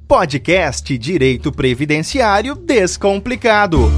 Podcast Direito Previdenciário Descomplicado.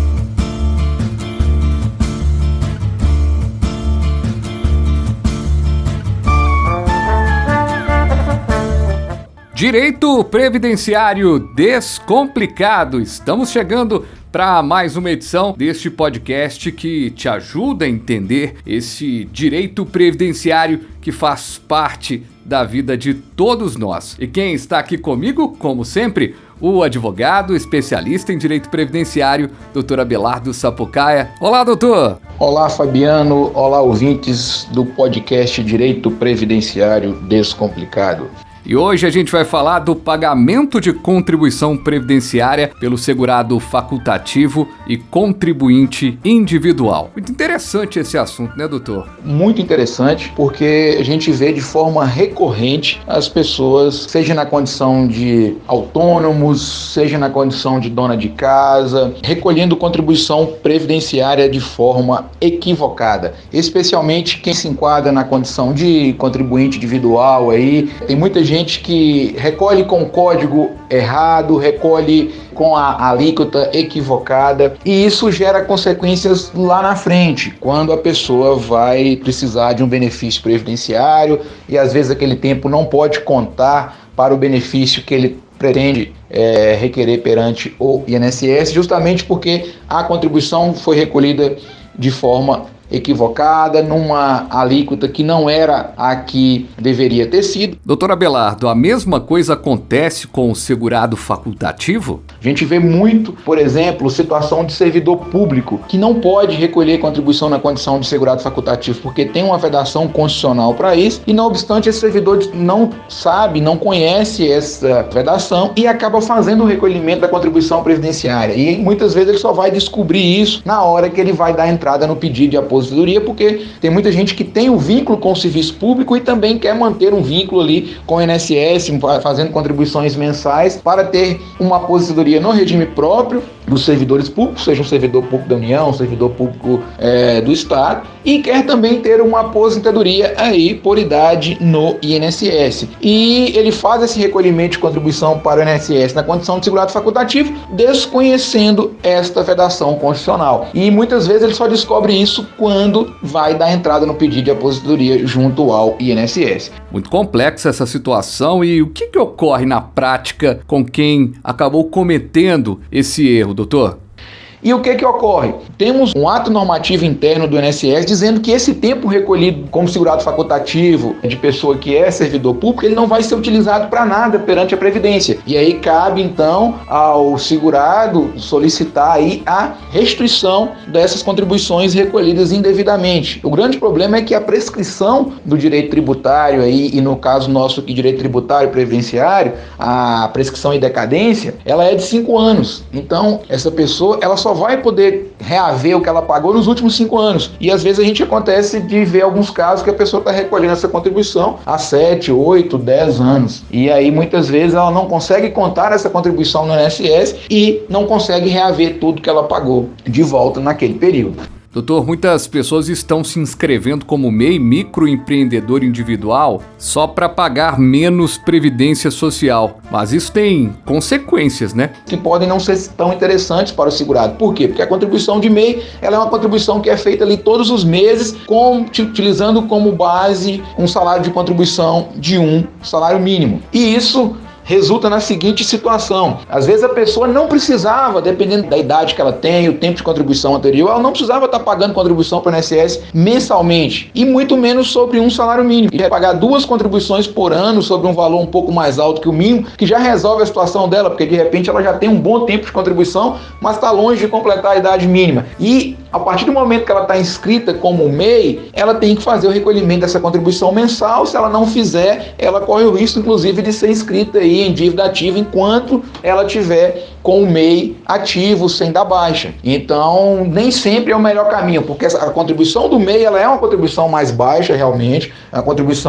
Direito Previdenciário Descomplicado. Estamos chegando para mais uma edição deste podcast que te ajuda a entender esse direito previdenciário que faz parte da vida de todos nós. E quem está aqui comigo, como sempre, o advogado especialista em direito previdenciário, Dr. Abelardo Sapucaia. Olá, doutor! Olá, Fabiano. Olá, ouvintes do podcast Direito Previdenciário Descomplicado. E hoje a gente vai falar do pagamento de contribuição previdenciária pelo segurado facultativo e contribuinte individual. Muito interessante esse assunto, né, doutor? Muito interessante, porque a gente vê de forma recorrente as pessoas, seja na condição de autônomos, seja na condição de dona de casa, recolhendo contribuição previdenciária de forma equivocada. Especialmente quem se enquadra na condição de contribuinte individual aí, tem muita gente que recolhe com o código errado, recolhe com a alíquota equivocada, e isso gera consequências lá na frente, quando a pessoa vai precisar de um benefício previdenciário e às vezes aquele tempo não pode contar para o benefício que ele pretende requerer perante o INSS, justamente porque a contribuição foi recolhida de forma equivocada, numa alíquota que não era a que deveria ter sido. Doutor Abelardo, a mesma coisa acontece com o segurado facultativo? A gente vê muito, por exemplo, situação de servidor público que não pode recolher contribuição na condição de segurado facultativo porque tem uma vedação constitucional para isso e, não obstante, esse servidor não sabe, não conhece essa vedação e acaba fazendo o recolhimento da contribuição previdenciária. E muitas vezes ele só vai descobrir isso na hora que ele vai dar entrada no pedido de aposentadoria, porque tem muita gente que tem um vínculo com o serviço público e também quer manter um vínculo ali com o INSS, fazendo contribuições mensais para ter uma aposentadoria no regime próprio dos servidores públicos, seja um servidor público da União, um servidor público do Estado, e quer também ter uma aposentadoria aí por idade no INSS. E ele faz esse recolhimento de contribuição para o INSS na condição de segurado facultativo, desconhecendo esta vedação constitucional. E muitas vezes ele só descobre isso quando vai dar entrada no pedido de aposentadoria junto ao INSS. Muito complexa essa situação, e o que ocorre na prática com quem acabou cometendo esse erro, doutor? E o que ocorre? Temos um ato normativo interno do INSS dizendo que esse tempo recolhido como segurado facultativo de pessoa que é servidor público, ele não vai ser utilizado para nada perante a Previdência. E aí cabe então ao segurado solicitar aí a restituição dessas contribuições recolhidas indevidamente. O grande problema é que a prescrição do direito tributário aí, e no caso nosso aqui, direito tributário previdenciário, a prescrição em decadência, ela é de 5 anos. Então, essa pessoa, ela só vai poder reaver o que ela pagou nos últimos 5 anos. E às vezes a gente acontece de ver alguns casos que a pessoa está recolhendo essa contribuição há 7, 8, 10 anos. E aí muitas vezes ela não consegue contar essa contribuição no INSS e não consegue reaver tudo que ela pagou de volta naquele período. Doutor, muitas pessoas estão se inscrevendo como MEI, microempreendedor individual, só para pagar menos previdência social. Mas isso tem consequências, né? Que podem não ser tão interessantes para o segurado. Por quê? Porque a contribuição de MEI, ela é uma contribuição que é feita ali todos os meses, utilizando como base um salário de contribuição de um salário mínimo. E isso resulta na seguinte situação: às vezes a pessoa não precisava, dependendo da idade que ela tem, o tempo de contribuição anterior, ela não precisava estar pagando contribuição para o INSS mensalmente, e muito menos sobre um salário mínimo. E vai pagar 2 contribuições por ano sobre um valor um pouco mais alto que o mínimo, que já resolve a situação dela, porque de repente ela já tem um bom tempo de contribuição, mas está longe de completar a idade mínima. E a partir do momento que ela está inscrita como MEI, ela tem que fazer o recolhimento dessa contribuição mensal. Se ela não fizer, ela corre o risco, inclusive, de ser inscrita aí em dívida ativa enquanto ela tiver com o MEI ativo, sem dar baixa. Então, nem sempre é o melhor caminho, porque a contribuição do MEI, ela é uma contribuição mais baixa, realmente, é uma contribuição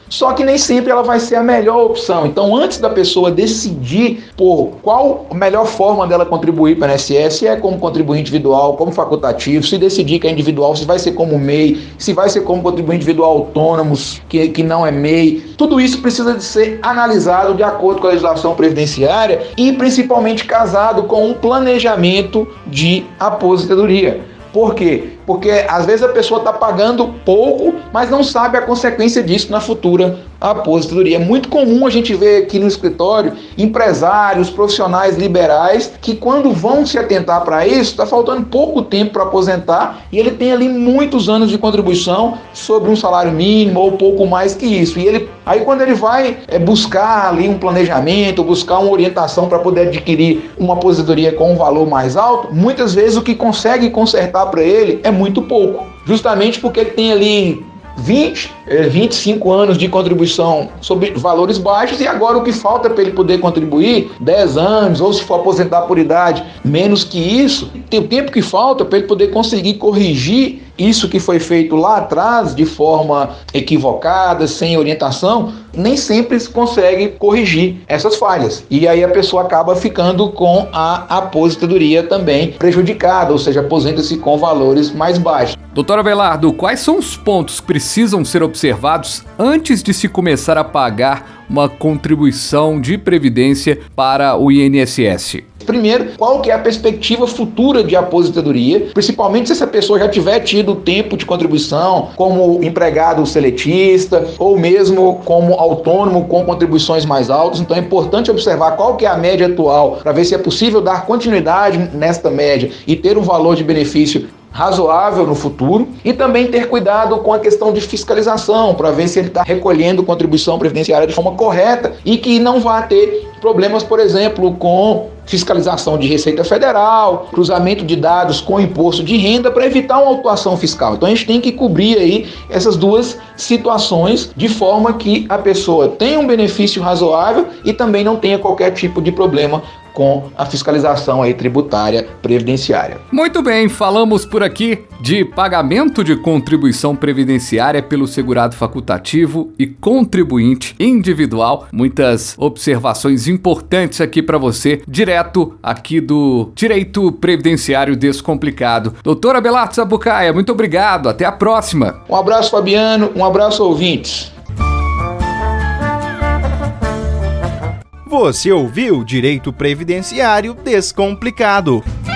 Só que nem sempre ela vai ser a melhor opção. Então, antes da pessoa decidir por qual a melhor forma dela contribuir para o INSS, se é como contribuinte individual, como facultativo, se decidir que é individual, se vai ser como MEI, se vai ser como contribuinte individual autônomo, que não é MEI, tudo isso precisa de ser analisado de acordo com a legislação previdenciária e principalmente casado com um planejamento de aposentadoria. Por quê? Porque às vezes a pessoa está pagando pouco, mas não sabe a consequência disso na futura aposentadoria. É muito comum a gente ver aqui no escritório empresários, profissionais liberais que quando vão se atentar para isso, está faltando pouco tempo para aposentar e ele tem ali muitos anos de contribuição sobre um salário mínimo ou pouco mais que isso. E aí quando ele vai buscar ali um planejamento, buscar uma orientação para poder adquirir uma aposentadoria com um valor mais alto, muitas vezes o que consegue consertar para ele é muito pouco, justamente porque ele tem ali 25 anos de contribuição sobre valores baixos e agora o que falta para ele poder contribuir 10 anos, ou se for aposentar por idade, menos que isso, tem o tempo que falta para ele poder conseguir corrigir isso que foi feito lá atrás de forma equivocada, sem orientação, nem sempre se consegue corrigir essas falhas. E aí a pessoa acaba ficando com a aposentadoria também prejudicada, ou seja, aposenta-se com valores mais baixos. Doutor Abelardo, quais são os pontos que precisam ser observados antes de se começar a pagar uma contribuição de previdência para o INSS? Primeiro, qual que é a perspectiva futura de aposentadoria, principalmente se essa pessoa já tiver tido tempo de contribuição como empregado seletista ou mesmo como autônomo com contribuições mais altas. Então é importante observar qual que é a média atual para ver se é possível dar continuidade nesta média e ter um valor de benefício razoável no futuro, e também ter cuidado com a questão de fiscalização para ver se ele está recolhendo contribuição previdenciária de forma correta e que não vá ter problemas, por exemplo, com fiscalização de Receita Federal, cruzamento de dados com imposto de renda para evitar uma autuação fiscal. Então a gente tem que cobrir aí essas duas situações de forma que a pessoa tenha um benefício razoável e também não tenha qualquer tipo de problema com a fiscalização aí tributária previdenciária. Muito bem, falamos por aqui de pagamento de contribuição previdenciária pelo segurado facultativo e contribuinte individual. Muitas observações importantes aqui para você, direto aqui do Direito Previdenciário Descomplicado. Doutor Abelardo Sabucaia, muito obrigado, até a próxima. Um abraço, Fabiano, um abraço, ouvintes. Você ouviu Direito Previdenciário Descomplicado.